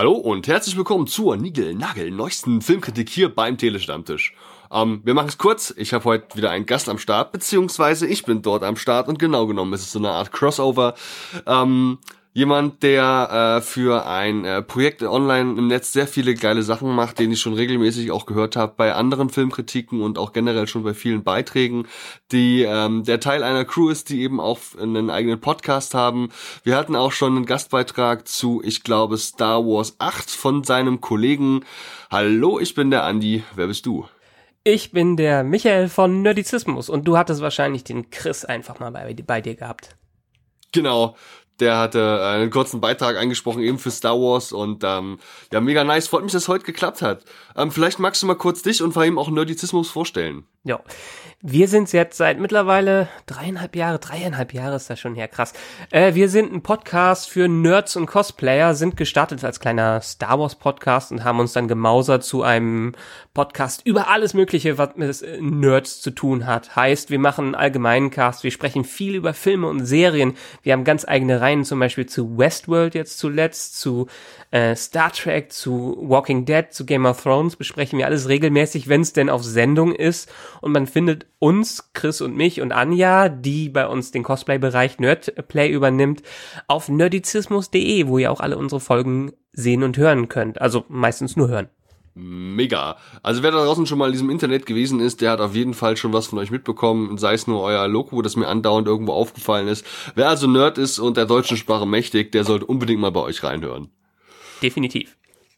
Hallo und herzlich willkommen zur neuesten Filmkritik hier beim Telestammtisch. Wir machen es kurz. Ich habe heute wieder einen Gast am Start, beziehungsweise ich bin dort am Start und genau genommen ist es so eine Art Crossover. Jemand, der für ein Projekt online im Netz sehr viele geile Sachen macht, den ich schon regelmäßig auch gehört habe bei anderen Filmkritiken und auch generell schon bei vielen Beiträgen, der Teil einer Crew ist, die eben auch einen eigenen Podcast haben. Wir hatten auch schon einen Gastbeitrag zu, ich glaube, Star Wars 8 von seinem Kollegen. Hallo, ich bin der Andi. Wer bist du? Ich bin der Michael von Nerdizismus und du hattest wahrscheinlich den Chris einfach mal bei dir gehabt. Genau. Der hatte einen kurzen Beitrag eingesprochen, eben für Star Wars und ja, mega nice. Freut mich, dass es heute geklappt hat. Vielleicht magst du mal kurz dich und vor allem auch Nerdizismus vorstellen. Ja, wir sind jetzt seit mittlerweile 3,5 Jahre ist das schon her, krass. Wir sind ein Podcast für Nerds und Cosplayer, sind gestartet als kleiner Star Wars Podcast und haben uns dann gemausert zu einem Podcast über alles Mögliche, was mit Nerds zu tun hat. Heißt, wir machen einen allgemeinen Cast, wir sprechen viel über Filme und Serien. Wir haben ganz eigene Reihen, zum Beispiel zu Westworld jetzt zuletzt, zu Star Trek, zu Walking Dead, zu Game of Thrones besprechen wir alles regelmäßig, wenn es denn auf Sendung ist. Und man findet uns, Chris und mich und Anja, die bei uns den Cosplay-Bereich Nerdplay übernimmt, auf nerdizismus.de, wo ihr auch alle unsere Folgen sehen und hören könnt. Also meistens nur hören. Mega. Also wer da draußen schon mal in diesem Internet gewesen ist, der hat auf jeden Fall schon was von euch mitbekommen, sei es nur euer Logo, das mir andauernd irgendwo aufgefallen ist. Wer also Nerd ist und der deutschen Sprache mächtig, der sollte unbedingt mal bei euch reinhören. Definitiv.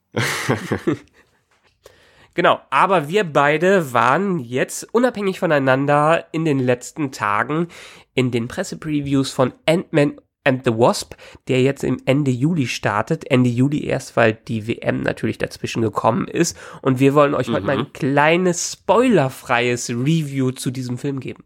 Genau, aber wir beide waren jetzt unabhängig voneinander in den letzten Tagen in den Pressepreviews von Ant-Man and the Wasp, der jetzt im Ende Juli startet. Ende Juli erst, weil die WM natürlich dazwischen gekommen ist. Und wir wollen euch heute mal ein kleines spoilerfreies Review zu diesem Film geben.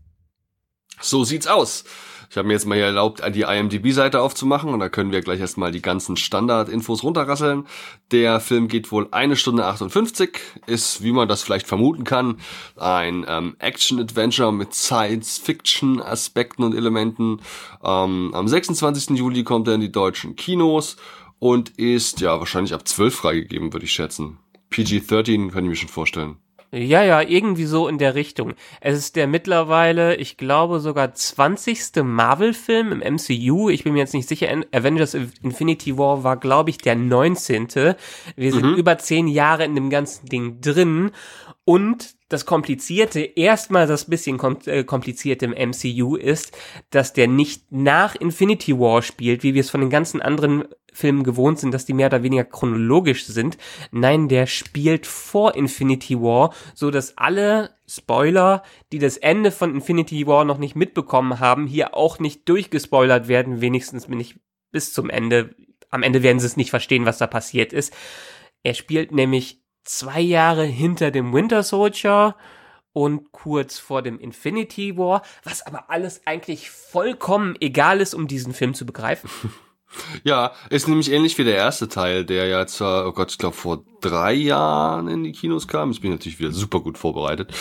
So sieht's aus. Ich habe mir jetzt mal hier erlaubt, die IMDb-Seite aufzumachen und da können wir gleich erstmal die ganzen Standardinfos runterrasseln. Der Film geht wohl 1 Stunde 58, ist, wie man das vielleicht vermuten kann, ein Action-Adventure mit Science-Fiction-Aspekten und Elementen. Am 26. Juli kommt er in die deutschen Kinos und ist ja wahrscheinlich ab 12 freigegeben, würde ich schätzen. PG-13 kann ich mir schon vorstellen. Ja, irgendwie so in der Richtung. Es ist der mittlerweile, ich glaube, sogar 20. Marvel-Film im MCU. Ich bin mir jetzt nicht sicher. Avengers Infinity War war, glaube ich, der 19. Wir sind über 10 Jahre in dem ganzen Ding drin. Und das Komplizierte, erstmal das bisschen Komplizierte im MCU ist, dass der nicht nach Infinity War spielt, wie wir es von den ganzen anderen Filmen gewohnt sind, dass die mehr oder weniger chronologisch sind. Nein, der spielt vor Infinity War, so dass alle Spoiler, die das Ende von Infinity War noch nicht mitbekommen haben, hier auch nicht durchgespoilert werden, wenigstens nicht bis zum Ende. Am Ende werden sie es nicht verstehen, was da passiert ist. Er spielt nämlich 2 Jahre hinter dem Winter Soldier und kurz vor dem Infinity War, was aber alles eigentlich vollkommen egal ist, um diesen Film zu begreifen. Ja, ist nämlich ähnlich wie der erste Teil, der ja zwar, oh Gott, ich glaube vor 3 Jahren in die Kinos kam. Ich bin natürlich wieder super gut vorbereitet.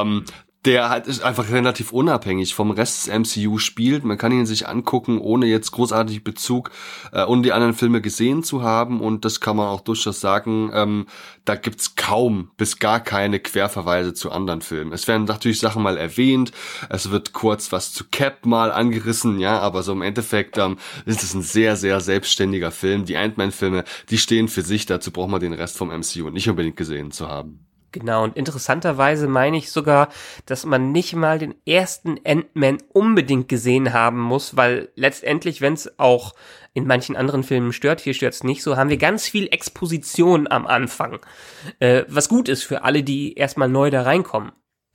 Der ist einfach relativ unabhängig vom Rest des MCU spielt. Man kann ihn sich angucken, ohne jetzt großartig Bezug, ohne die anderen Filme gesehen zu haben. Und das kann man auch durchaus sagen, da gibt's kaum bis gar keine Querverweise zu anderen Filmen. Es werden natürlich Sachen mal erwähnt, es wird kurz was zu Cap mal angerissen, ja, aber so im Endeffekt ist es ein sehr, sehr selbstständiger Film. Die Ant-Man-Filme, die stehen für sich, dazu braucht man den Rest vom MCU nicht unbedingt gesehen zu haben. Genau, und interessanterweise meine ich sogar, dass man nicht mal den ersten Ant-Man unbedingt gesehen haben muss, weil letztendlich, wenn es auch in manchen anderen Filmen stört, hier stört es nicht so, haben wir ganz viel Exposition am Anfang, was gut ist für alle, die erstmal neu da reinkommen.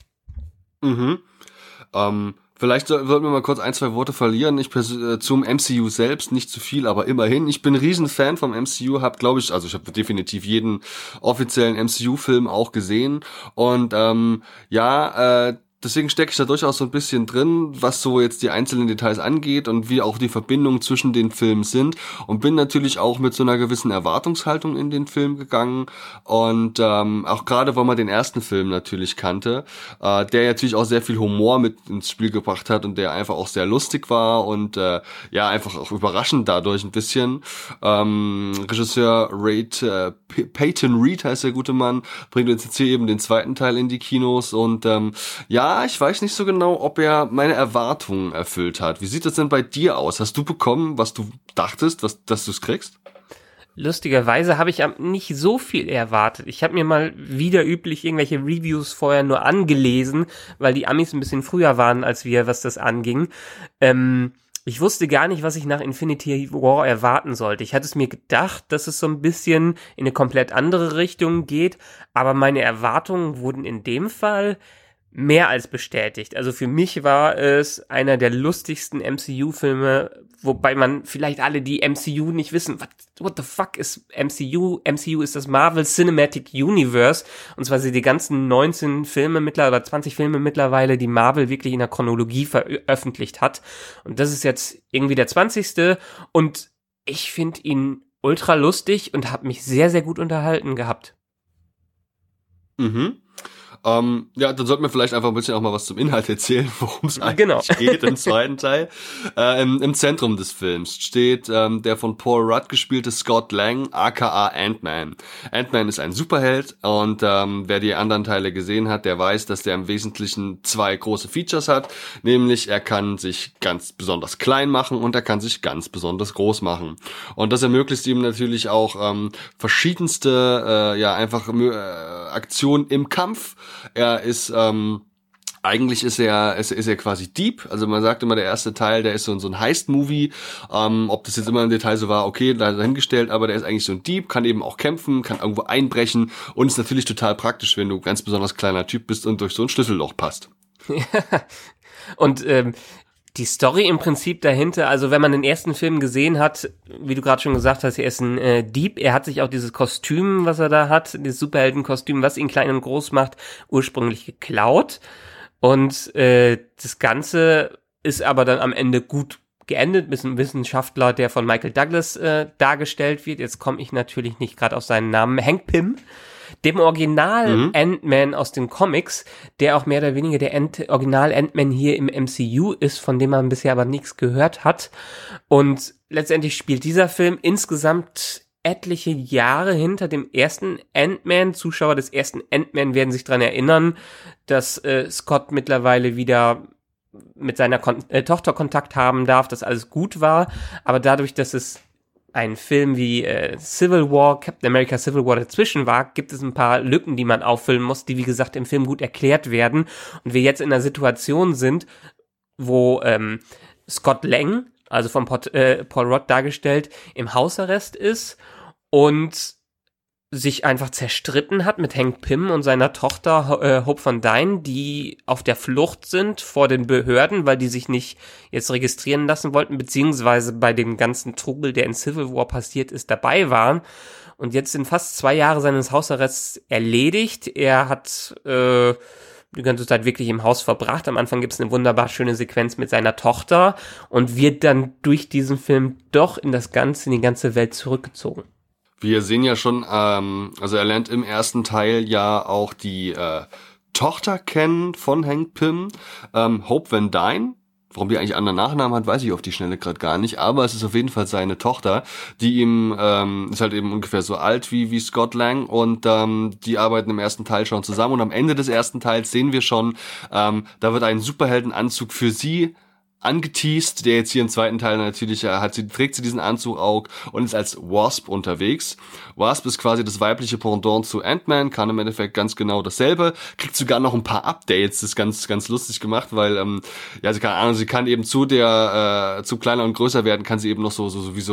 Vielleicht sollten wir mal kurz 1, 2 Worte verlieren. Zum MCU selbst nicht zu viel, aber immerhin. Ich bin ein Riesenfan vom MCU, ich habe definitiv jeden offiziellen MCU-Film auch gesehen. Und deswegen stecke ich da durchaus so ein bisschen drin, was so jetzt die einzelnen Details angeht und wie auch die Verbindungen zwischen den Filmen sind, und bin natürlich auch mit so einer gewissen Erwartungshaltung in den Film gegangen, und auch gerade, weil man den ersten Film natürlich kannte, der natürlich auch sehr viel Humor mit ins Spiel gebracht hat und der einfach auch sehr lustig war und ja, einfach auch überraschend dadurch ein bisschen. Regisseur Peyton Reed heißt der gute Mann, bringt uns jetzt hier eben den zweiten Teil in die Kinos, und ja, ich weiß nicht so genau, ob er meine Erwartungen erfüllt hat. Wie sieht das denn bei dir aus? Hast du bekommen, was du dachtest, dass du es kriegst? Lustigerweise habe ich nicht so viel erwartet. Ich habe mir mal wieder üblich irgendwelche Reviews vorher nur angelesen, weil die Amis ein bisschen früher waren als wir, was das anging. Ich wusste gar nicht, was ich nach Infinity War erwarten sollte. Ich hatte es mir gedacht, dass es so ein bisschen in eine komplett andere Richtung geht, aber meine Erwartungen wurden in dem Fall mehr als bestätigt. Also für mich war es einer der lustigsten MCU-Filme, wobei man vielleicht alle, die MCU nicht wissen, what the fuck ist MCU? MCU ist das Marvel Cinematic Universe, und zwar sind die ganzen 19 Filme oder 20 Filme mittlerweile, die Marvel wirklich in der Chronologie veröffentlicht hat. Und das ist jetzt irgendwie der 20. Und ich finde ihn ultra lustig und habe mich sehr, sehr gut unterhalten gehabt. Mhm. Ja, dann sollten wir vielleicht einfach ein bisschen auch mal was zum Inhalt erzählen, worum es eigentlich geht im zweiten Teil. Im Zentrum des Films steht der von Paul Rudd gespielte Scott Lang, aka Ant-Man. Ant-Man ist ein Superheld, und wer die anderen Teile gesehen hat, der weiß, dass der im Wesentlichen zwei große Features hat, nämlich er kann sich ganz besonders klein machen und er kann sich ganz besonders groß machen. Und das ermöglicht ihm natürlich auch verschiedenste Aktionen im Kampf. Er ist eigentlich ist er quasi Dieb, also man sagt immer, der erste Teil, der ist so ein Heist-Movie, ob das jetzt immer im Detail so war, okay, da dahingestellt, aber der ist eigentlich so ein Dieb, kann eben auch kämpfen, kann irgendwo einbrechen, und ist natürlich total praktisch, wenn du ganz besonders kleiner Typ bist und durch so ein Schlüsselloch passt. Ja. Und die Story im Prinzip dahinter, also wenn man den ersten Film gesehen hat, wie du gerade schon gesagt hast, er ist ein Dieb, er hat sich auch dieses Kostüm, was er da hat, dieses Superheldenkostüm, was ihn klein und groß macht, ursprünglich geklaut, und das Ganze ist aber dann am Ende gut geendet mit einem Wissenschaftler, der von Michael Douglas dargestellt wird. Jetzt komme ich natürlich nicht gerade auf seinen Namen, Hank Pym, dem Original Ant-Man aus den Comics, der auch mehr oder weniger der Original Ant-Man hier im MCU ist, von dem man bisher aber nichts gehört hat. Und letztendlich spielt dieser Film insgesamt etliche Jahre hinter dem ersten Ant-Man. Zuschauer des ersten Ant-Man werden sich daran erinnern, dass Scott mittlerweile wieder mit seiner Tochter Kontakt haben darf, dass alles gut war. Aber dadurch, dass es ein Film wie Civil War, Captain America Civil War dazwischen war, gibt es ein paar Lücken, die man auffüllen muss, die, wie gesagt, im Film gut erklärt werden. Und wir jetzt in einer Situation sind, wo Scott Lang, also von Paul Rudd dargestellt, im Hausarrest ist und sich einfach zerstritten hat mit Hank Pym und seiner Tochter Hope Van Dyne, die auf der Flucht sind vor den Behörden, weil die sich nicht jetzt registrieren lassen wollten, beziehungsweise bei dem ganzen Trubel, der in Civil War passiert ist, dabei waren. Und jetzt sind fast 2 Jahre seines Hausarrests erledigt. Er hat die ganze Zeit wirklich im Haus verbracht. Am Anfang gibt es eine wunderbar schöne Sequenz mit seiner Tochter und wird dann durch diesen Film doch in die ganze Welt zurückgezogen. Wir sehen ja schon, also er lernt im ersten Teil ja auch die Tochter kennen von Hank Pym, Hope Van Dyne. Warum die eigentlich anderen Nachnamen hat, weiß ich auf die Schnelle gerade gar nicht, aber es ist auf jeden Fall seine Tochter, die ihm ist halt eben ungefähr so alt wie Scott Lang, und die arbeiten im ersten Teil schon zusammen, und am Ende des ersten Teils sehen wir schon, da wird ein Superheldenanzug für sie angeteased, der jetzt hier im zweiten Teil natürlich trägt sie diesen Anzug auch und ist als Wasp unterwegs. Wasp ist quasi das weibliche Pendant zu Ant-Man, kann im Endeffekt ganz genau dasselbe, kriegt sogar noch ein paar Updates, das ist ganz, ganz lustig gemacht, weil, sie kann eben zu kleiner und größer werden, kann sie eben noch so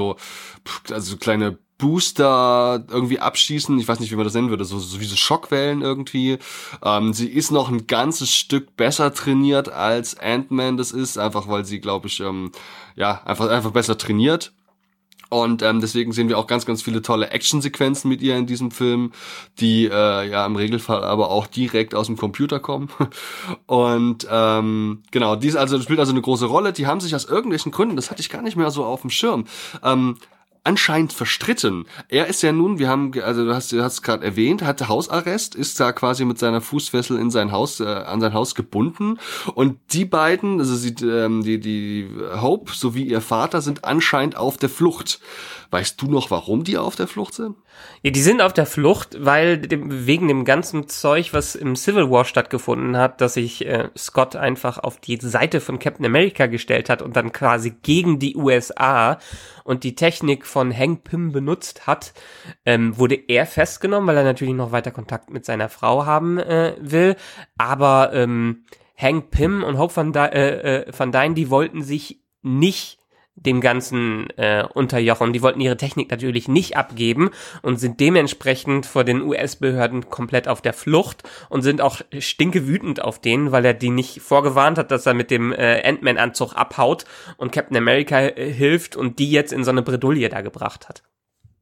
kleine Booster irgendwie abschießen, ich weiß nicht, wie man das nennen würde, so wie so Schockwellen irgendwie. Sie ist noch ein ganzes Stück besser trainiert als Ant-Man das ist, einfach weil sie, glaube ich, einfach besser trainiert. Und deswegen sehen wir auch ganz, ganz viele tolle Actionsequenzen mit ihr in diesem Film, die ja im Regelfall aber auch direkt aus dem Computer kommen. Und genau, die spielt also eine große Rolle. Die haben sich aus irgendwelchen Gründen, das hatte ich gar nicht mehr so auf dem Schirm, anscheinend verstritten. Er ist ja nun, du hast es gerade erwähnt, hatte Hausarrest, ist da quasi mit seiner Fußfessel in sein Haus, an sein Haus gebunden. Und die beiden, also die Hope sowie ihr Vater sind anscheinend auf der Flucht. Weißt du noch, warum die auf der Flucht sind? Ja, die sind auf der Flucht, weil wegen dem ganzen Zeug, was im Civil War stattgefunden hat, dass sich Scott einfach auf die Seite von Captain America gestellt hat und dann quasi gegen die USA und die Technik von Hank Pym benutzt hat, wurde er festgenommen, weil er natürlich noch weiter Kontakt mit seiner Frau haben will. Aber Hank Pym und Hope Van Dyne, die wollten sich nicht dem Ganzen unterjochen. Die wollten ihre Technik natürlich nicht abgeben und sind dementsprechend vor den US-Behörden komplett auf der Flucht und sind auch stinkewütend auf den, weil er die nicht vorgewarnt hat, dass er mit dem Ant-Man-Anzug abhaut und Captain America hilft und die jetzt in so eine Bredouille da gebracht hat.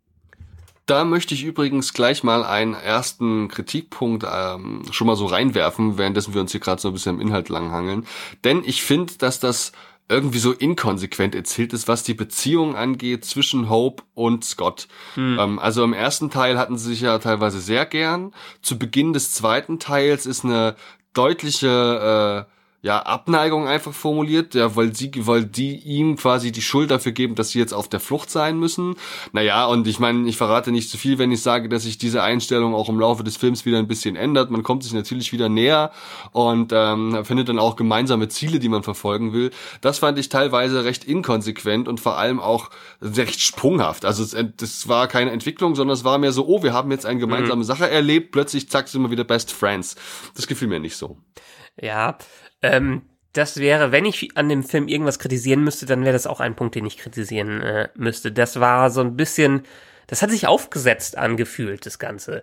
Da möchte ich übrigens gleich mal einen ersten Kritikpunkt schon mal so reinwerfen, währenddessen wir uns hier gerade so ein bisschen im Inhalt langhangeln. Denn ich finde, dass das irgendwie so inkonsequent erzählt ist, was die Beziehung angeht zwischen Hope und Scott. Also im ersten Teil hatten sie sich ja teilweise sehr gern. Zu Beginn des zweiten Teils ist eine deutliche Abneigung einfach formuliert, weil die ihm quasi die Schuld dafür geben, dass sie jetzt auf der Flucht sein müssen. Naja, und ich meine, ich verrate nicht zu viel, wenn ich sage, dass sich diese Einstellung auch im Laufe des Films wieder ein bisschen ändert. Man kommt sich natürlich wieder näher und findet dann auch gemeinsame Ziele, die man verfolgen will. Das fand ich teilweise recht inkonsequent und vor allem auch recht sprunghaft. Also das war keine Entwicklung, sondern es war mehr so, wir haben jetzt eine gemeinsame Sache erlebt, plötzlich zack, sind wir wieder Best Friends. Das gefiel mir nicht so. Ja, das wäre, wenn ich an dem Film irgendwas kritisieren müsste, dann wäre das auch ein Punkt, den ich kritisieren müsste. Das war so ein bisschen, das hat sich aufgesetzt angefühlt, das Ganze.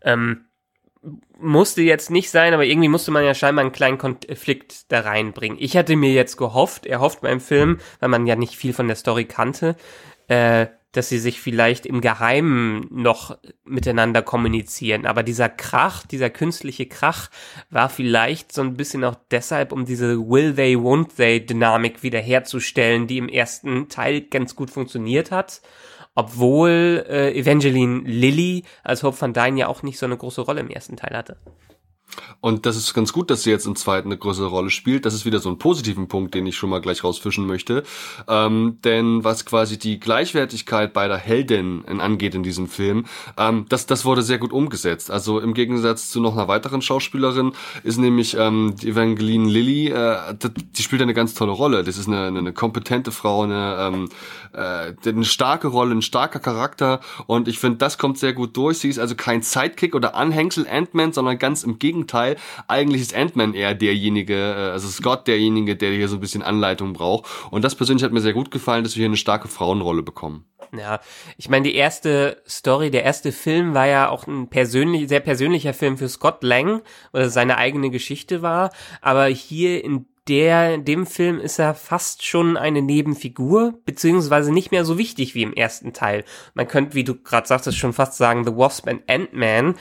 Musste jetzt nicht sein, aber irgendwie musste man ja scheinbar einen kleinen Konflikt da reinbringen. Ich hatte mir jetzt erhofft beim Film, weil man ja nicht viel von der Story kannte, dass sie sich vielleicht im Geheimen noch miteinander kommunizieren. Aber dieser künstliche Krach war vielleicht so ein bisschen auch deshalb, um diese Will-they, won't-they-Dynamik wiederherzustellen, die im ersten Teil ganz gut funktioniert hat. Obwohl Evangeline Lilly als Hope Van Dyne ja auch nicht so eine große Rolle im ersten Teil hatte. Und das ist ganz gut, dass sie jetzt im zweiten eine größere Rolle spielt. Das ist wieder so ein positiven Punkt, den ich schon mal gleich rausfischen möchte. Denn was quasi die Gleichwertigkeit beider Heldinnen angeht in diesem Film, das wurde sehr gut umgesetzt. Also im Gegensatz zu noch einer weiteren Schauspielerin ist nämlich die Evangeline Lilly, die spielt eine ganz tolle Rolle. Das ist eine kompetente Frau, eine starke Rolle, ein starker Charakter. Und ich finde, das kommt sehr gut durch. Sie ist also kein Sidekick oder Anhängsel Ant-Man, sondern ganz im Gegenteil. Eigentlich ist Ant-Man eher derjenige, also Scott derjenige, der hier so ein bisschen Anleitung braucht. Und das persönlich hat mir sehr gut gefallen, dass wir hier eine starke Frauenrolle bekommen. Ja, ich meine, die erste Story, der erste Film war ja auch ein sehr persönlicher Film für Scott Lang, weil es seine eigene Geschichte war. Aber hier in dem Film ist er fast schon eine Nebenfigur, beziehungsweise nicht mehr so wichtig wie im ersten Teil. Man könnte, wie du gerade sagtest, schon fast sagen, The Wasp and Ant-Man,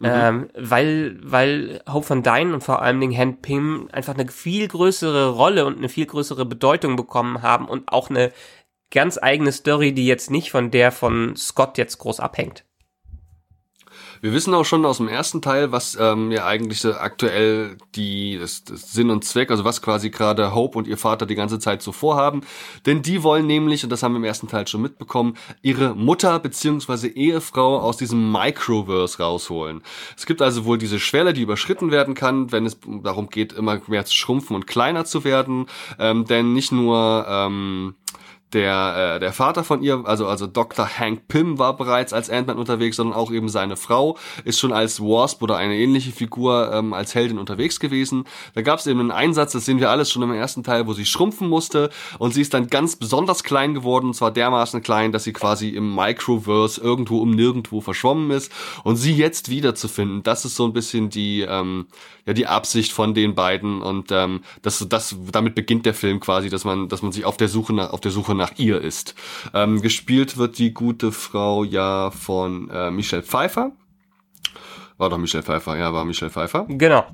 weil Hope Van Dyne und vor allem Hank Pym einfach eine viel größere Rolle und eine viel größere Bedeutung bekommen haben und auch eine ganz eigene Story, die jetzt nicht von der von Scott jetzt groß abhängt. Wir wissen auch schon aus dem ersten Teil, was ja eigentlich so aktuell das Sinn und Zweck, also was quasi gerade Hope und ihr Vater die ganze Zeit so vorhaben. Denn die wollen nämlich, und das haben wir im ersten Teil schon mitbekommen, ihre Mutter bzw. Ehefrau aus diesem Microverse rausholen. Es gibt also wohl diese Schwelle, die überschritten werden kann, wenn es darum geht, immer mehr zu schrumpfen und kleiner zu werden. Denn nicht nur der Vater von ihr, also Dr. Hank Pym war bereits als Ant-Man unterwegs, sondern auch eben seine Frau ist schon als Wasp oder eine ähnliche Figur als Heldin unterwegs gewesen. Da gab es eben einen Einsatz, das sehen wir alles schon im ersten Teil, wo sie schrumpfen musste und sie ist dann ganz besonders klein geworden, und zwar dermaßen klein, dass sie quasi im Microverse irgendwo um nirgendwo verschwommen ist und sie jetzt wiederzufinden, das ist so ein bisschen die Absicht von den beiden und damit beginnt der Film quasi, dass man sich auf der Suche nach nach ihr ist. Gespielt wird die gute Frau ja von Michelle Pfeiffer. War doch Michelle Pfeiffer, ja, war Michelle Pfeiffer. Genau.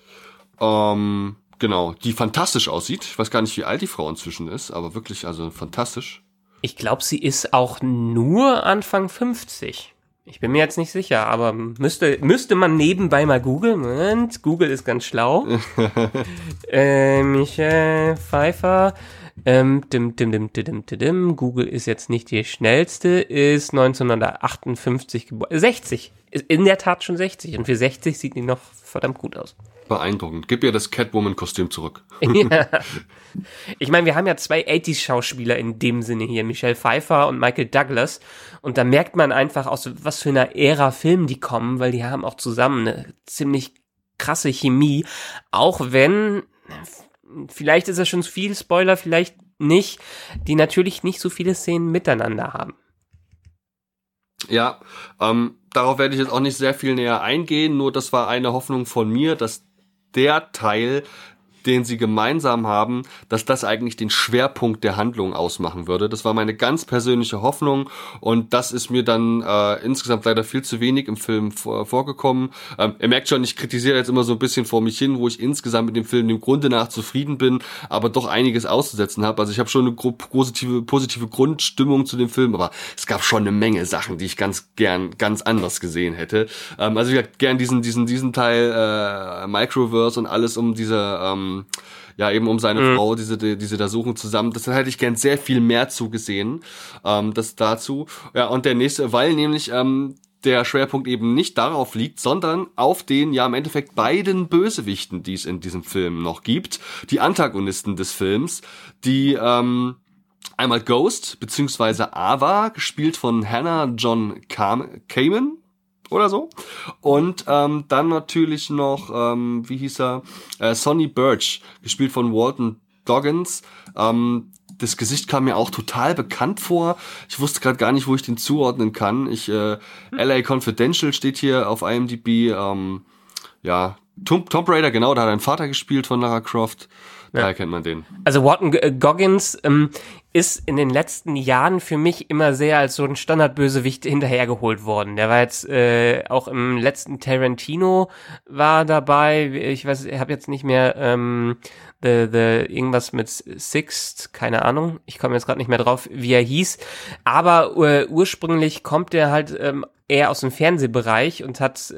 Genau, die fantastisch aussieht. Ich weiß gar nicht, wie alt die Frau inzwischen ist, aber wirklich, also fantastisch. Ich glaube, sie ist auch nur Anfang 50. Ich bin mir jetzt nicht sicher, aber müsste man nebenbei mal googeln. Moment, Google ist ganz schlau. Michelle Pfeiffer. Google ist jetzt nicht die schnellste, ist 1958 geboren. 60. Ist in der Tat schon 60. Und für 60 sieht die noch verdammt gut aus. Beeindruckend. Gib ihr das Catwoman-Kostüm zurück. Ja. Ich meine, wir haben ja zwei 80s-Schauspieler in dem Sinne hier, Michelle Pfeiffer und Michael Douglas. Und da merkt man einfach, aus was für einer Ära Film die kommen, weil die haben auch zusammen eine ziemlich krasse Chemie. Auch wenn, vielleicht ist das schon viel Spoiler, vielleicht nicht, die natürlich nicht so viele Szenen miteinander haben. Ja, darauf werde ich jetzt auch nicht sehr viel näher eingehen, nur das war eine Hoffnung von mir, dass der Teil, den sie gemeinsam haben, dass das eigentlich den Schwerpunkt der Handlung ausmachen würde. Das war meine ganz persönliche Hoffnung und das ist mir dann insgesamt leider viel zu wenig im Film vorgekommen. Ihr merkt schon, ich kritisiere jetzt immer so ein bisschen vor mich hin, wo ich insgesamt mit dem Film dem Grunde nach zufrieden bin, aber doch einiges auszusetzen habe. Also ich habe schon eine positive Grundstimmung zu dem Film, aber es gab schon eine Menge Sachen, die ich ganz gern ganz anders gesehen hätte. Also ich hätte gern diesen Teil Microverse und alles um diese eben um seine Frau, diese da suchen zusammen. Das hätte ich gern sehr viel mehr zugesehen, das dazu. Ja, und der nächste, weil nämlich der Schwerpunkt eben nicht darauf liegt, sondern auf den ja im Endeffekt beiden Bösewichten, die es in diesem Film noch gibt, die Antagonisten des Films, die einmal Ghost, beziehungsweise Ava, gespielt von Hannah John Kamen, oder so. Und dann natürlich noch, wie hieß er, Sonny Birch, gespielt von Walton Goggins. Das Gesicht kam mir auch total bekannt vor. Ich wusste gerade gar nicht, wo ich den zuordnen kann. LA Confidential steht hier auf IMDb. Tomb Raider, genau, da hat er einen Vater gespielt von Lara Croft. Daher kennt man den. Also Walton Goggins ist in den letzten Jahren für mich immer sehr als so ein Standardbösewicht hinterhergeholt worden. Der war jetzt auch im letzten Tarantino war dabei. Ich weiß, ich habe jetzt nicht mehr irgendwas mit Sixt, keine Ahnung. Ich komme jetzt gerade nicht mehr drauf, wie er hieß. Aber ursprünglich kommt er halt eher aus dem Fernsehbereich und hat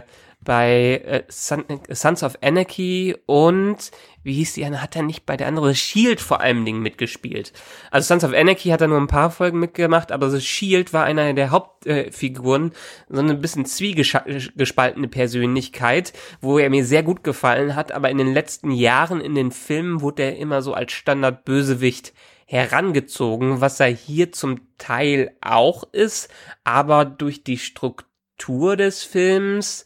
bei Sons of Anarchy und wie hieß die eine, hat er nicht bei der anderen S.H.I.E.L.D. vor allem Dingen mitgespielt. Also Sons of Anarchy hat er nur ein paar Folgen mitgemacht, aber S.H.I.E.L.D. war einer der Hauptfiguren, so eine bisschen zwiegespaltene Persönlichkeit, wo er mir sehr gut gefallen hat, aber in den letzten Jahren in den Filmen wurde er immer so als Standardbösewicht herangezogen, was er hier zum Teil auch ist, aber durch die Struktur des Films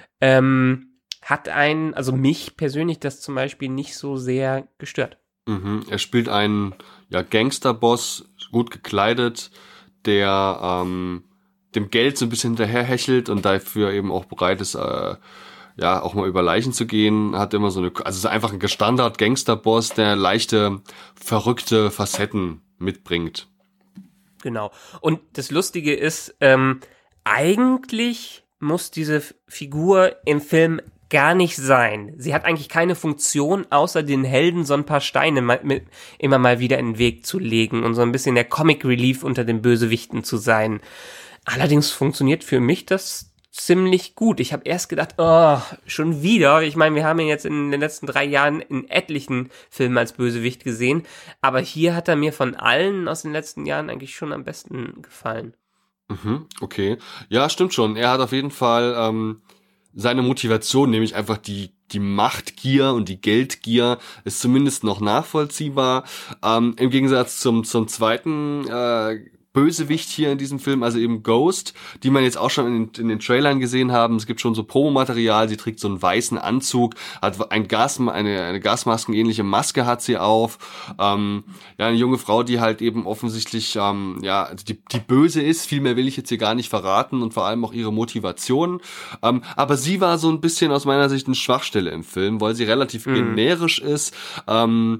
hat also mich persönlich das zum Beispiel nicht so sehr gestört. Er spielt einen Gangsterboss, gut gekleidet, der dem Geld so ein bisschen hinterherhechelt und dafür eben auch bereit ist, auch mal über Leichen zu gehen. Hat immer also ist einfach ein Standard-Gangsterboss, der leichte, verrückte Facetten mitbringt. Genau. Und das Lustige ist, eigentlich muss diese Figur im Film gar nicht sein. Sie hat eigentlich keine Funktion, außer den Helden so ein paar Steine immer mal wieder in den Weg zu legen und so ein bisschen der Comic Relief unter den Bösewichten zu sein. Allerdings funktioniert für mich das ziemlich gut. Ich habe erst gedacht, schon wieder. Ich meine, wir haben ihn jetzt in den letzten 3 Jahren in etlichen Filmen als Bösewicht gesehen, aber hier hat er mir von allen aus den letzten Jahren eigentlich schon am besten gefallen. Okay. Ja, stimmt schon. Er hat auf jeden Fall seine Motivation, nämlich einfach die Machtgier und die Geldgier ist zumindest noch nachvollziehbar. Im Gegensatz zum zweiten Bösewicht hier in diesem Film, also eben Ghost, die man jetzt auch schon in den Trailern gesehen haben. Es gibt schon so Promomaterial, sie trägt so einen weißen Anzug, hat eine Gasmaskenähnliche Maske hat sie auf. Eine junge Frau, die halt eben offensichtlich die böse ist. Viel mehr will ich jetzt hier gar nicht verraten und vor allem auch ihre Motivation. Aber sie war so ein bisschen aus meiner Sicht eine Schwachstelle im Film, weil sie relativ generisch ist.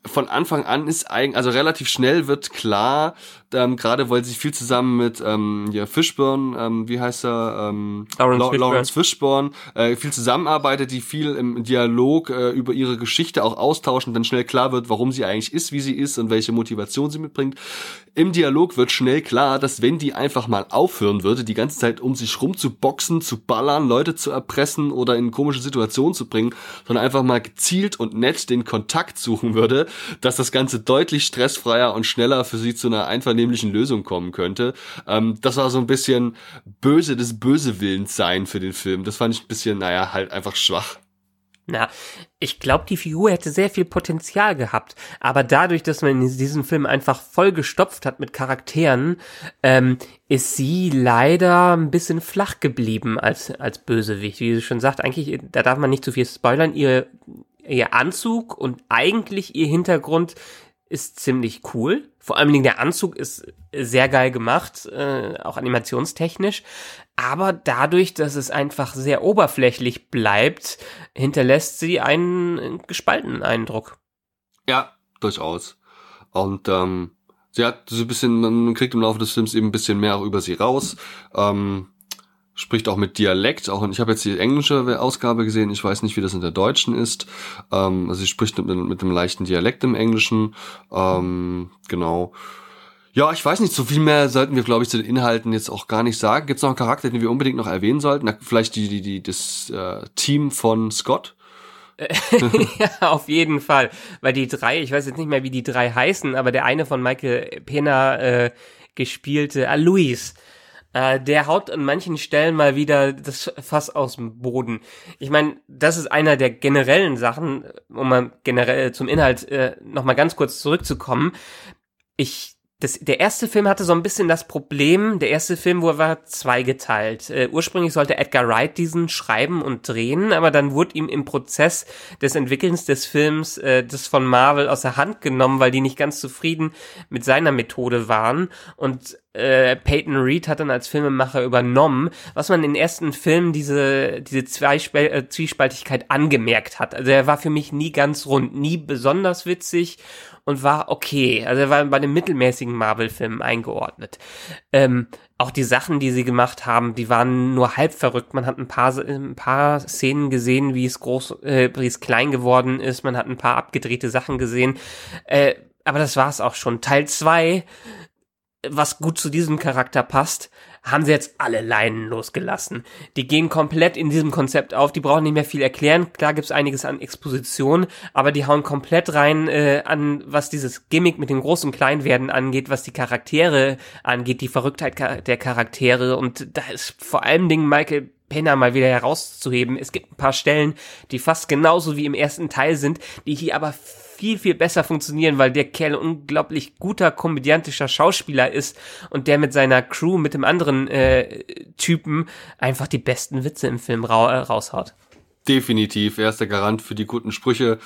von Anfang an ist eigentlich, also relativ schnell wird klar, gerade weil sie viel zusammen mit Fishburne, wie heißt er, Lawrence Fishburne, viel zusammenarbeitet, die viel im Dialog über ihre Geschichte auch austauschen, dann schnell klar wird, warum sie eigentlich ist, wie sie ist und welche Motivation sie mitbringt. Im Dialog wird schnell klar, dass wenn die einfach mal aufhören würde, die ganze Zeit um sich rum zu boxen, zu ballern, Leute zu erpressen oder in komische Situationen zu bringen, sondern einfach mal gezielt und nett den Kontakt suchen würde, dass das Ganze deutlich stressfreier und schneller für sie zu einer einvernehmlichen Lösung kommen könnte. Das war so ein bisschen böse des Bösewillens sein für den Film. Das fand ich ein bisschen, halt einfach schwach. Na, ich glaube, die Figur hätte sehr viel Potenzial gehabt, aber dadurch, dass man diesen Film einfach voll gestopft hat mit Charakteren, ist sie leider ein bisschen flach geblieben als Bösewicht. Wie sie schon sagt, eigentlich, da darf man nicht zu viel spoilern, ihr Anzug und eigentlich ihr Hintergrund ist ziemlich cool. Vor allem der Anzug ist sehr geil gemacht, auch animationstechnisch. Aber dadurch, dass es einfach sehr oberflächlich bleibt, hinterlässt sie einen gespaltenen Eindruck. Ja, durchaus. Und sie hat so ein bisschen, man kriegt im Laufe des Films eben ein bisschen mehr auch über sie raus. Spricht auch mit Dialekt, auch, und ich habe jetzt die englische Ausgabe gesehen, ich weiß nicht, wie das in der deutschen ist. Also sie spricht mit einem leichten Dialekt im Englischen. Genau. Ja, ich weiß nicht, so viel mehr sollten wir, glaube ich, zu den Inhalten jetzt auch gar nicht sagen. Gibt es noch einen Charakter, den wir unbedingt noch erwähnen sollten? Vielleicht das Team von Scott? Ja, auf jeden Fall. Weil die drei, ich weiß jetzt nicht mehr, wie die drei heißen, aber der eine von Michael Pena gespielte, Luis, der haut an manchen Stellen mal wieder das Fass aus dem Boden. Ich meine, das ist einer der generellen Sachen, um mal generell zum Inhalt noch mal ganz kurz zurückzukommen. Der erste Film hatte so ein bisschen das Problem, der erste Film war zweigeteilt. Ursprünglich sollte Edgar Wright diesen schreiben und drehen, aber dann wurde ihm im Prozess des Entwickelns des Films das von Marvel aus der Hand genommen, weil die nicht ganz zufrieden mit seiner Methode waren. Und Peyton Reed hat dann als Filmemacher übernommen, was man in den ersten Filmen diese Zwiespaltigkeit angemerkt hat. Also er war für mich nie ganz rund, nie besonders witzig und war okay. Also er war bei den mittelmäßigen Marvel-Filmen eingeordnet. Auch die Sachen, die sie gemacht haben, die waren nur halb verrückt. Man hat ein paar Szenen gesehen, wie es klein geworden ist. Man hat ein paar abgedrehte Sachen gesehen. Aber das war's auch schon. Teil 2, was gut zu diesem Charakter passt, haben sie jetzt alle Leinen losgelassen. Die gehen komplett in diesem Konzept auf, die brauchen nicht mehr viel erklären, klar gibt's einiges an Exposition, aber die hauen komplett rein an, was dieses Gimmick mit dem Groß- und Kleinwerden angeht, was die Charaktere angeht, die Verrücktheit der Charaktere, und da ist vor allen Dingen Michael Pena mal wieder herauszuheben. Es gibt ein paar Stellen, die fast genauso wie im ersten Teil sind, die hier aber viel, viel besser funktionieren, weil der Kerl ein unglaublich guter, komödiantischer Schauspieler ist und der mit seiner Crew, mit dem anderen Typen einfach die besten Witze im Film raushaut. Definitiv, er ist der Garant für die guten Sprüche.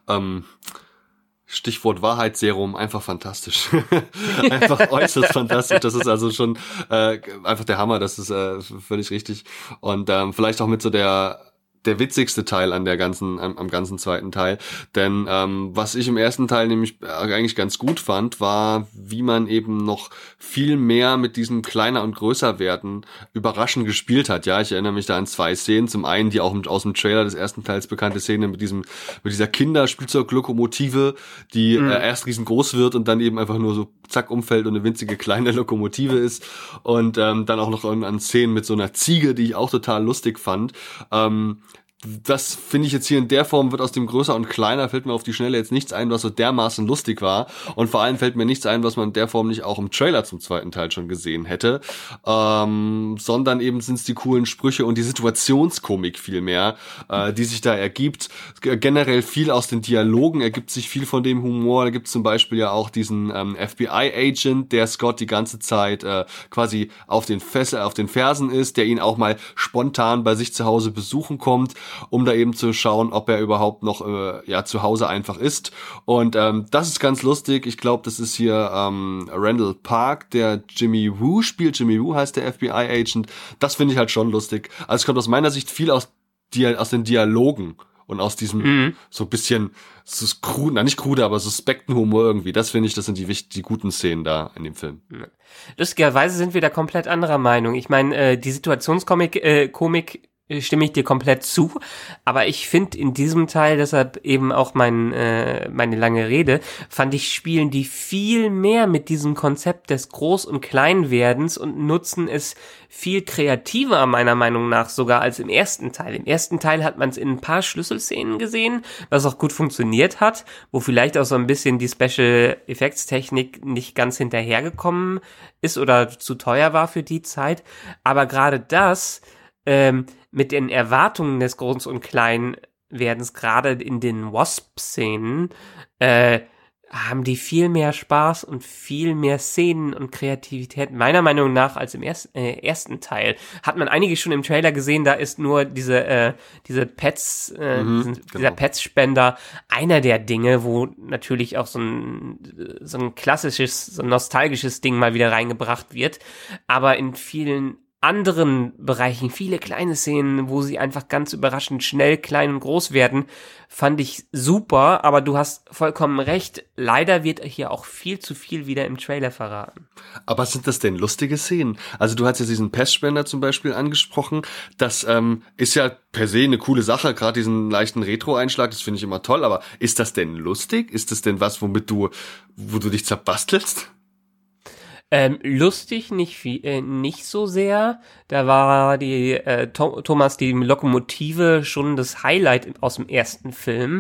Stichwort Wahrheitsserum, einfach fantastisch. Einfach äußerst fantastisch. Das ist also schon einfach der Hammer, das ist völlig richtig. Und vielleicht auch mit so der witzigste Teil am ganzen zweiten Teil. Denn was ich im ersten Teil nämlich eigentlich ganz gut fand, war, wie man eben noch viel mehr mit diesem kleiner und größer werden überraschend gespielt hat. Ja, ich erinnere mich da an zwei Szenen. Zum einen die auch aus dem Trailer des ersten Teils bekannte Szene mit dieser Kinderspielzeuglokomotive, die erst riesengroß wird und dann eben einfach nur so zack umfällt und eine winzige kleine Lokomotive ist. Und dann auch noch an Szenen mit so einer Ziege, die ich auch total lustig fand. Das finde ich jetzt hier in der Form, wird aus dem Größer und Kleiner, fällt mir auf die Schnelle jetzt nichts ein, was so dermaßen lustig war, und vor allem fällt mir nichts ein, was man in der Form nicht auch im Trailer zum zweiten Teil schon gesehen hätte, sondern eben sind es die coolen Sprüche und die Situationskomik vielmehr, die sich da ergibt. Generell viel aus den Dialogen ergibt sich viel von dem Humor. Da gibt es zum Beispiel ja auch diesen FBI-Agent, der Scott die ganze Zeit quasi auf den Fersen ist, der ihn auch mal spontan bei sich zu Hause besuchen kommt, um da eben zu schauen, ob er überhaupt noch zu Hause einfach ist. Und das ist ganz lustig. Ich glaube, das ist hier Randall Park, der Jimmy Woo spielt. Jimmy Woo heißt der FBI-Agent. Das finde ich halt schon lustig. Also es kommt aus meiner Sicht viel aus den Dialogen Und aus diesem so ein bisschen, so nicht krude, aber suspekten Humor irgendwie. Das finde ich, das sind die guten Szenen da in dem Film. Lustigerweise sind wir da komplett anderer Meinung. Ich meine, die Komik stimme ich dir komplett zu, aber ich finde in diesem Teil, deshalb eben auch meine lange Rede, fand ich, spielen die viel mehr mit diesem Konzept des Groß- und Kleinwerdens und nutzen es viel kreativer, meiner Meinung nach, sogar als im ersten Teil. Im ersten Teil hat man es in ein paar Schlüsselszenen gesehen, was auch gut funktioniert hat, wo vielleicht auch so ein bisschen die Special Effects Technik nicht ganz hinterhergekommen ist oder zu teuer war für die Zeit, aber gerade das mit den Erwartungen des Groß- und Kleinwerdens, gerade in den Wasp-Szenen, haben die viel mehr Spaß und viel mehr Szenen und Kreativität, meiner Meinung nach, als im ersten Teil. Hat man einige schon im Trailer gesehen, da ist nur diese Pets, dieser Pets-Spender einer der Dinge, wo natürlich auch so ein klassisches, so ein nostalgisches Ding mal wieder reingebracht wird, aber in vielen anderen Bereichen, viele kleine Szenen, wo sie einfach ganz überraschend schnell klein und groß werden, fand ich super, aber du hast vollkommen recht, leider wird hier auch viel zu viel wieder im Trailer verraten. Aber sind das denn lustige Szenen? Also du hast ja diesen Pestspender zum Beispiel angesprochen, das ist ja per se eine coole Sache, gerade diesen leichten Retro-Einschlag, das finde ich immer toll, aber ist das denn lustig? Ist das denn was, wo du dich zerbastelst? Lustig nicht so sehr. Da war die Thomas die Lokomotive schon das Highlight aus dem ersten Film.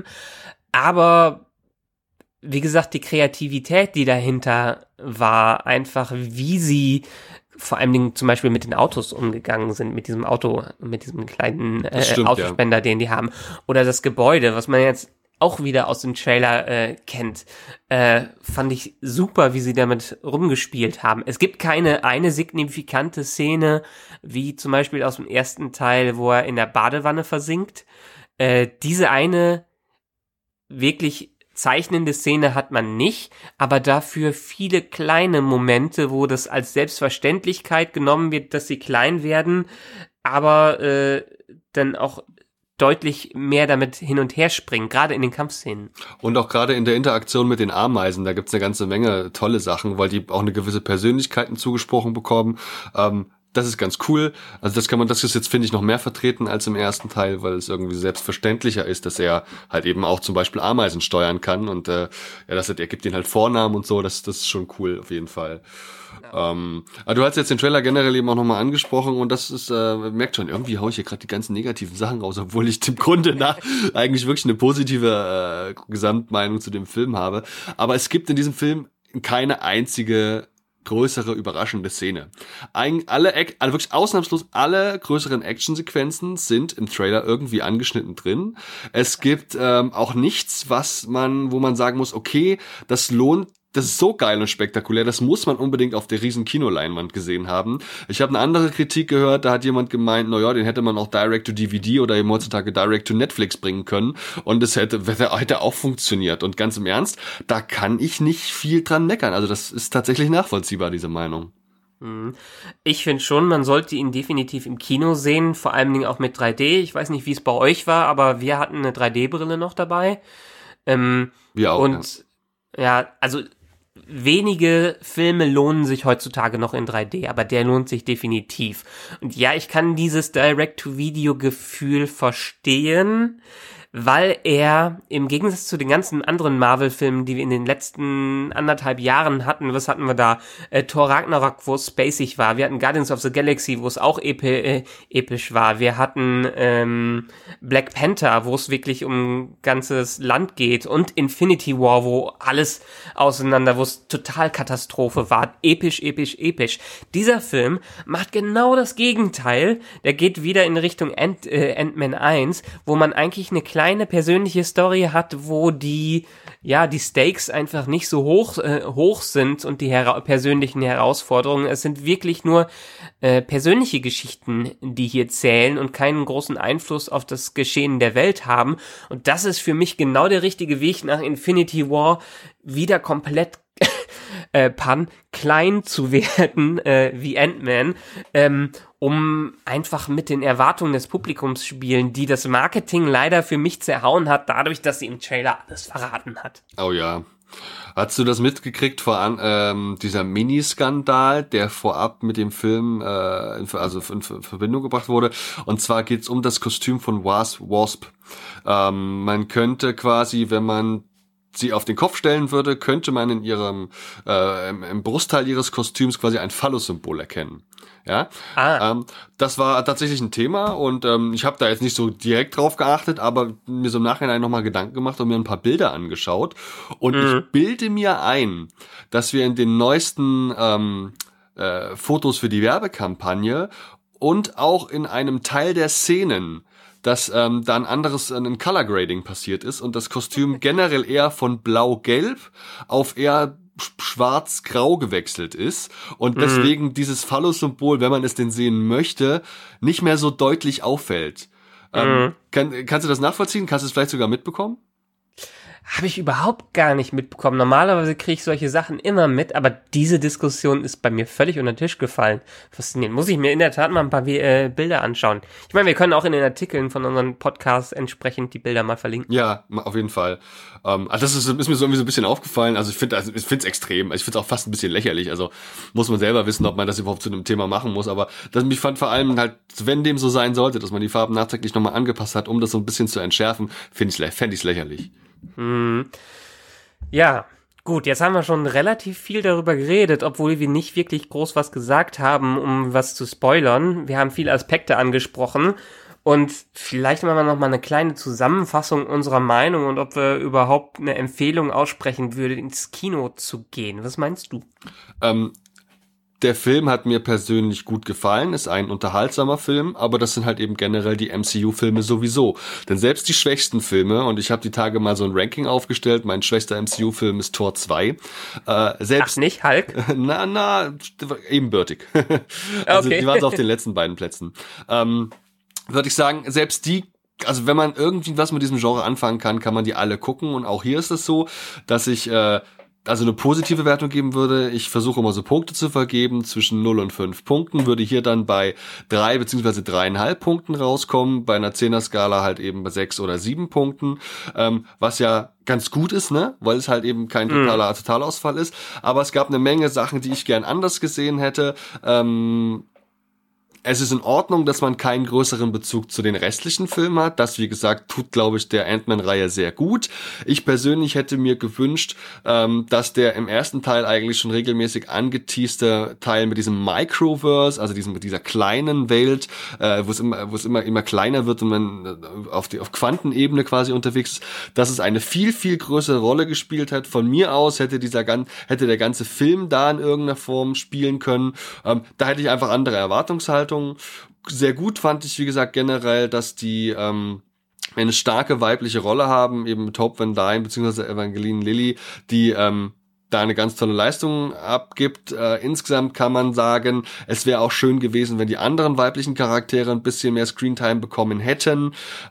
Aber wie gesagt, die Kreativität, die dahinter war, einfach wie sie vor allen Dingen zum Beispiel mit den Autos umgegangen sind, mit diesem kleinen Autospender, den die haben. Oder das Gebäude, was man jetzt auch wieder aus dem Trailer kennt, fand ich super, wie sie damit rumgespielt haben. Es gibt keine eine signifikante Szene, wie zum Beispiel aus dem ersten Teil, wo er in der Badewanne versinkt. Diese eine wirklich zeichnende Szene hat man nicht, aber dafür viele kleine Momente, wo das als Selbstverständlichkeit genommen wird, dass sie klein werden, aber dann auch deutlich mehr damit hin und her springen, gerade in den Kampfszenen. Und auch gerade in der Interaktion mit den Ameisen, da gibt's eine ganze Menge tolle Sachen, weil die auch eine gewisse Persönlichkeiten zugesprochen bekommen. Das ist ganz cool. Also das ist jetzt, finde ich, noch mehr vertreten als im ersten Teil, weil es irgendwie selbstverständlicher ist, dass er halt eben auch zum Beispiel Ameisen steuern kann und er gibt ihnen halt Vornamen und so, das ist schon cool auf jeden Fall. Aber du hast jetzt den Trailer generell eben auch nochmal angesprochen und das ist, merkt schon, irgendwie haue ich hier gerade die ganzen negativen Sachen raus, obwohl ich dem Grunde nach eigentlich wirklich eine positive Gesamtmeinung zu dem Film habe. Aber es gibt in diesem Film keine einzige größere überraschende Szene. Wirklich ausnahmslos alle größeren Actionsequenzen sind im Trailer irgendwie angeschnitten drin. Es gibt auch nichts, wo man sagen muss, okay, das ist so geil und spektakulär, das muss man unbedingt auf der riesen Kinoleinwand gesehen haben. Ich habe eine andere Kritik gehört, da hat jemand gemeint, naja, den hätte man auch direct to DVD oder eben heutzutage direct to Netflix bringen können und das hätte auch funktioniert. Und ganz im Ernst, da kann ich nicht viel dran meckern. Also das ist tatsächlich nachvollziehbar, diese Meinung. Ich finde schon, man sollte ihn definitiv im Kino sehen, vor allen Dingen auch mit 3D. Ich weiß nicht, wie es bei euch war, aber wir hatten eine 3D-Brille noch dabei. Wir auch. Und ja, also wenige Filme lohnen sich heutzutage noch in 3D, aber der lohnt sich definitiv. Und ja, ich kann dieses Direct-to-Video-Gefühl verstehen, weil er im Gegensatz zu den ganzen anderen Marvel-Filmen, die wir in den letzten 1,5 Jahren hatten, was hatten wir da? Thor Ragnarok, wo es spacig war. Wir hatten Guardians of the Galaxy, wo es auch episch war. Wir hatten Black Panther, wo es wirklich um ganzes Land geht. Und Infinity War, wo alles wo es total Katastrophe war. Episch, episch, episch. Dieser Film macht genau das Gegenteil. Der geht wieder in Richtung Ant-Man 1, wo man eigentlich eine kleine persönliche Story hat, wo die Stakes einfach nicht so hoch sind und die persönlichen Herausforderungen. Es sind wirklich nur persönliche Geschichten, die hier zählen und keinen großen Einfluss auf das Geschehen der Welt haben. Und das ist für mich genau der richtige Weg nach Infinity War, wieder komplett Pun, klein zu werden, wie Ant-Man, um einfach mit den Erwartungen des Publikums spielen, die das Marketing leider für mich zerhauen hat, dadurch, dass sie im Trailer alles verraten hat. Oh ja. Hast du das mitgekriegt, dieser Mini-Skandal, der vorab mit dem Film in Verbindung gebracht wurde? Und zwar geht's um das Kostüm von Wasp. Man könnte quasi, wenn man sie auf den Kopf stellen würde, könnte man in ihrem im Brustteil ihres Kostüms quasi ein Phallus-Symbol erkennen. Ja, das war tatsächlich ein Thema und ich habe da jetzt nicht so direkt drauf geachtet, aber mir so im Nachhinein nochmal Gedanken gemacht und mir ein paar Bilder angeschaut und ich bilde mir ein, dass wir in den neuesten Fotos für die Werbekampagne und auch in einem Teil der Szenen, dass da ein Color Grading passiert ist und das Kostüm generell eher von blau-gelb auf eher schwarz-grau gewechselt ist und deswegen dieses Phallus-Symbol, wenn man es denn sehen möchte, nicht mehr so deutlich auffällt. Kannst du das nachvollziehen? Kannst du es vielleicht sogar mitbekommen? Habe ich überhaupt gar nicht mitbekommen. Normalerweise kriege ich solche Sachen immer mit, aber diese Diskussion ist bei mir völlig unter den Tisch gefallen. Faszinierend. Muss ich mir in der Tat mal ein paar Bilder anschauen. Ich meine, wir können auch in den Artikeln von unseren Podcasts entsprechend die Bilder mal verlinken. Ja, auf jeden Fall. Das ist mir so irgendwie so ein bisschen aufgefallen. Also ich finde es extrem. Ich finde es auch fast ein bisschen lächerlich. Also muss man selber wissen, ob man das überhaupt zu einem Thema machen muss. Aber mich fand vor allem halt, wenn dem so sein sollte, dass man die Farben nachträglich nochmal angepasst hat, um das so ein bisschen zu entschärfen, fände ich es lächerlich. Ja, gut, jetzt haben wir schon relativ viel darüber geredet, obwohl wir nicht wirklich groß was gesagt haben, um was zu spoilern. Wir haben viele Aspekte angesprochen und vielleicht machen wir noch mal eine kleine Zusammenfassung unserer Meinung und ob wir überhaupt eine Empfehlung aussprechen würden, ins Kino zu gehen. Was meinst du? Der Film hat mir persönlich gut gefallen, ist ein unterhaltsamer Film, aber das sind halt eben generell die MCU-Filme sowieso. Denn selbst die schwächsten Filme, und ich habe die Tage mal so ein Ranking aufgestellt, mein schwächster MCU-Film ist Tor 2. Ach nicht, Hulk? Ebenbürtig. Also okay. Die waren so auf den letzten beiden Plätzen. Würde ich sagen, selbst die, also wenn man irgendwie was mit diesem Genre anfangen kann, kann man die alle gucken. Und auch hier ist es so, dass ich eine positive Wertung geben würde. Ich versuche immer so Punkte zu vergeben. Zwischen 0 und 5 Punkten würde hier dann bei 3 bzw. 3,5 Punkten rauskommen. Bei einer 10er-Skala halt eben bei 6 oder 7 Punkten. Was ja ganz gut ist, ne? Weil es halt eben kein Totalausfall ist. Aber es gab eine Menge Sachen, die ich gern anders gesehen hätte. Es ist in Ordnung, dass man keinen größeren Bezug zu den restlichen Filmen hat. Das, wie gesagt, tut, glaube ich, der Ant-Man-Reihe sehr gut. Ich persönlich hätte mir gewünscht, dass der im ersten Teil eigentlich schon regelmäßig angeteaste Teil mit diesem Microverse, also mit dieser kleinen Welt, wo es immer kleiner wird und man auf Quantenebene quasi unterwegs ist, dass es eine viel, viel größere Rolle gespielt hat. Von mir aus hätte der ganze Film da in irgendeiner Form spielen können. Da hätte ich einfach andere Erwartungshaltung. Sehr gut fand ich, wie gesagt, generell, dass die eine starke weibliche Rolle haben, eben mit Hope Van Dyne bzw. Evangeline Lilly, die da eine ganz tolle Leistung abgibt. Insgesamt kann man sagen, es wäre auch schön gewesen, wenn die anderen weiblichen Charaktere ein bisschen mehr Screentime bekommen hätten.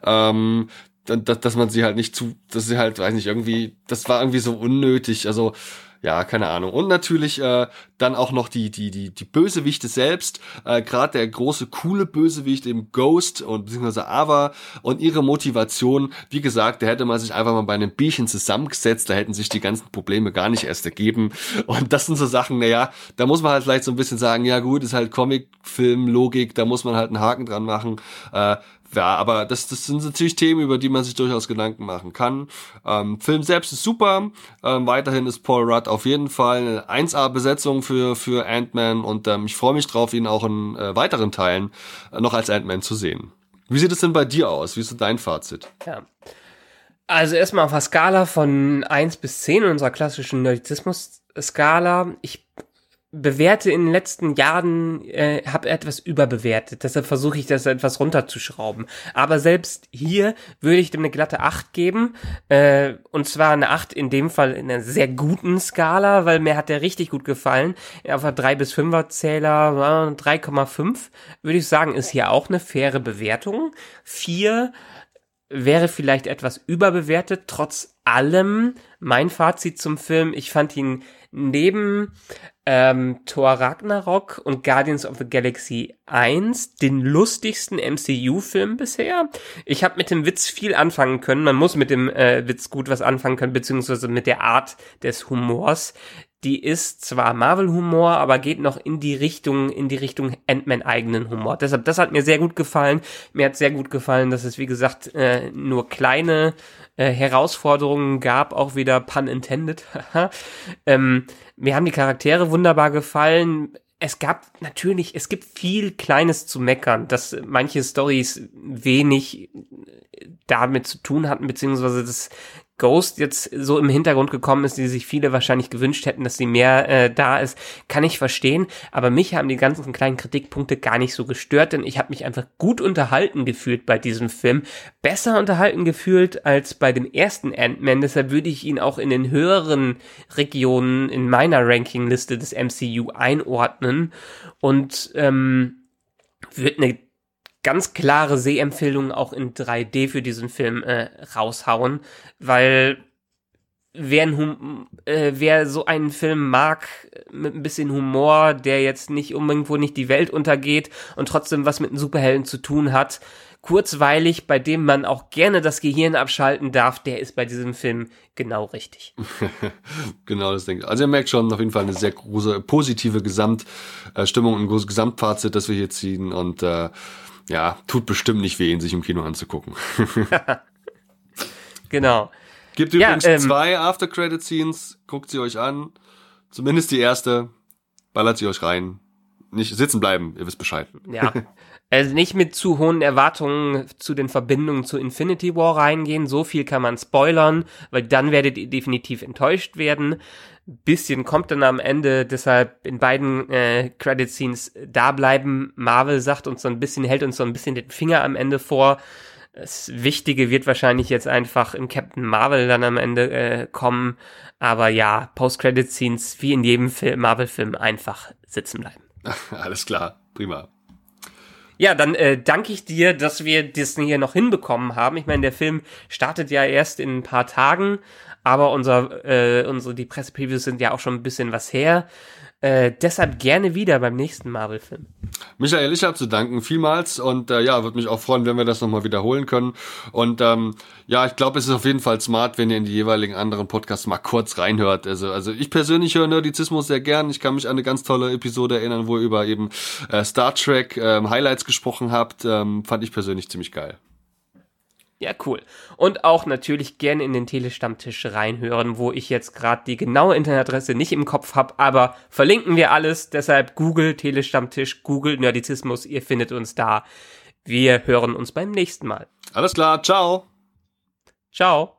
Dass man sie halt nicht dass sie halt, weiß nicht, irgendwie, das war irgendwie so unnötig, also ja, keine Ahnung. Und natürlich dann auch noch die Bösewichte selbst, gerade der große, coole Bösewicht eben Ghost und beziehungsweise Ava und ihre Motivation, wie gesagt, da hätte man sich einfach mal bei einem Bierchen zusammengesetzt, da hätten sich die ganzen Probleme gar nicht erst ergeben. Und das sind so Sachen, naja, da muss man halt vielleicht so ein bisschen sagen, ja gut, ist halt Comic-Film-Logik, da muss man halt einen Haken dran machen. Ja, aber das sind natürlich Themen, über die man sich durchaus Gedanken machen kann. Film selbst ist super. Weiterhin ist Paul Rudd auf jeden Fall eine 1A-Besetzung für Ant-Man und ich freue mich drauf, ihn auch in weiteren Teilen noch als Ant-Man zu sehen. Wie sieht es denn bei dir aus? Wie ist denn dein Fazit? Ja. Also erstmal auf einer Skala von 1 bis 10 in unserer klassischen Nerdizismus-Skala. Ich bewerte in den letzten Jahren, habe etwas überbewertet. Deshalb versuche ich das etwas runterzuschrauben. Aber selbst hier würde ich dem eine glatte 8 geben. Und zwar eine 8 in dem Fall in einer sehr guten Skala, weil mir hat der richtig gut gefallen. Auf einer 3 bis 5er Zähler 3,5 würde ich sagen, ist hier auch eine faire Bewertung. 4 wäre vielleicht etwas überbewertet. Trotz allem, mein Fazit zum Film, ich fand ihn neben Thor Ragnarok und Guardians of the Galaxy 1 den lustigsten MCU-Film bisher. Ich habe mit dem Witz viel anfangen können. Man muss mit dem Witz gut was anfangen können, beziehungsweise mit der Art des Humors. Die ist zwar Marvel-Humor, aber geht noch in die Richtung Ant-Man eigenen Humor. Deshalb, das hat mir sehr gut gefallen. Mir hat sehr gut gefallen, dass es, wie gesagt, nur kleine Herausforderungen gab, auch wieder pun intended. Mir haben die Charaktere wunderbar gefallen. Es gibt viel Kleines zu meckern, dass manche Storys wenig damit zu tun hatten, beziehungsweise das Ghost jetzt so im Hintergrund gekommen ist, die sich viele wahrscheinlich gewünscht hätten, dass sie mehr da ist, kann ich verstehen, aber mich haben die ganzen kleinen Kritikpunkte gar nicht so gestört, denn ich habe mich einfach gut unterhalten gefühlt bei diesem Film, besser unterhalten gefühlt als bei dem ersten Ant-Man, deshalb würde ich ihn auch in den höheren Regionen in meiner Rankingliste des MCU einordnen und würde eine ganz klare Sehempfehlung auch in 3D für diesen Film raushauen, weil wer so einen Film mag mit ein bisschen Humor, der jetzt nicht irgendwo nicht die Welt untergeht und trotzdem was mit einem Superhelden zu tun hat, kurzweilig, bei dem man auch gerne das Gehirn abschalten darf, der ist bei diesem Film genau richtig. Genau, das denke ich. Also ihr merkt schon auf jeden Fall eine sehr große positive Gesamtstimmung, ein großes Gesamtfazit, das wir hier ziehen und ja, tut bestimmt nicht weh, ihn sich im Kino anzugucken. Genau. Gibt übrigens 2 After-Credit-Scenes, guckt sie euch an. Zumindest die erste, ballert sie euch rein. Nicht sitzen bleiben, ihr wisst Bescheid. Ja, also nicht mit zu hohen Erwartungen zu den Verbindungen zu Infinity War reingehen, so viel kann man spoilern, weil dann werdet ihr definitiv enttäuscht werden. Bisschen kommt dann am Ende, deshalb in beiden Credit-Scenes da bleiben. Marvel hält uns so ein bisschen den Finger am Ende vor. Das Wichtige wird wahrscheinlich jetzt einfach im Captain Marvel dann am Ende kommen. Aber ja, Post-Credit-Scenes wie in jedem Marvel-Film einfach sitzen bleiben. Alles klar, prima. Ja, dann danke ich dir, dass wir das hier noch hinbekommen haben. Ich meine, der Film startet ja erst in ein paar Tagen, aber die Pressepreviews sind ja auch schon ein bisschen was her. Deshalb gerne wieder beim nächsten Marvel-Film. Michael, ich habe zu danken vielmals und würde mich auch freuen, wenn wir das nochmal wiederholen können. Und ich glaube, es ist auf jeden Fall smart, wenn ihr in die jeweiligen anderen Podcasts mal kurz reinhört. Also ich persönlich höre Nerdizismus sehr gern. Ich kann mich an eine ganz tolle Episode erinnern, wo ihr über eben Star Trek Highlights gesprochen habt. Fand ich persönlich ziemlich geil. Ja, cool. Und auch natürlich gerne in den Telestammtisch reinhören, wo ich jetzt gerade die genaue Internetadresse nicht im Kopf habe, aber verlinken wir alles. Deshalb Google Telestammtisch, Google Nerdizismus, ihr findet uns da. Wir hören uns beim nächsten Mal. Alles klar, ciao. Ciao.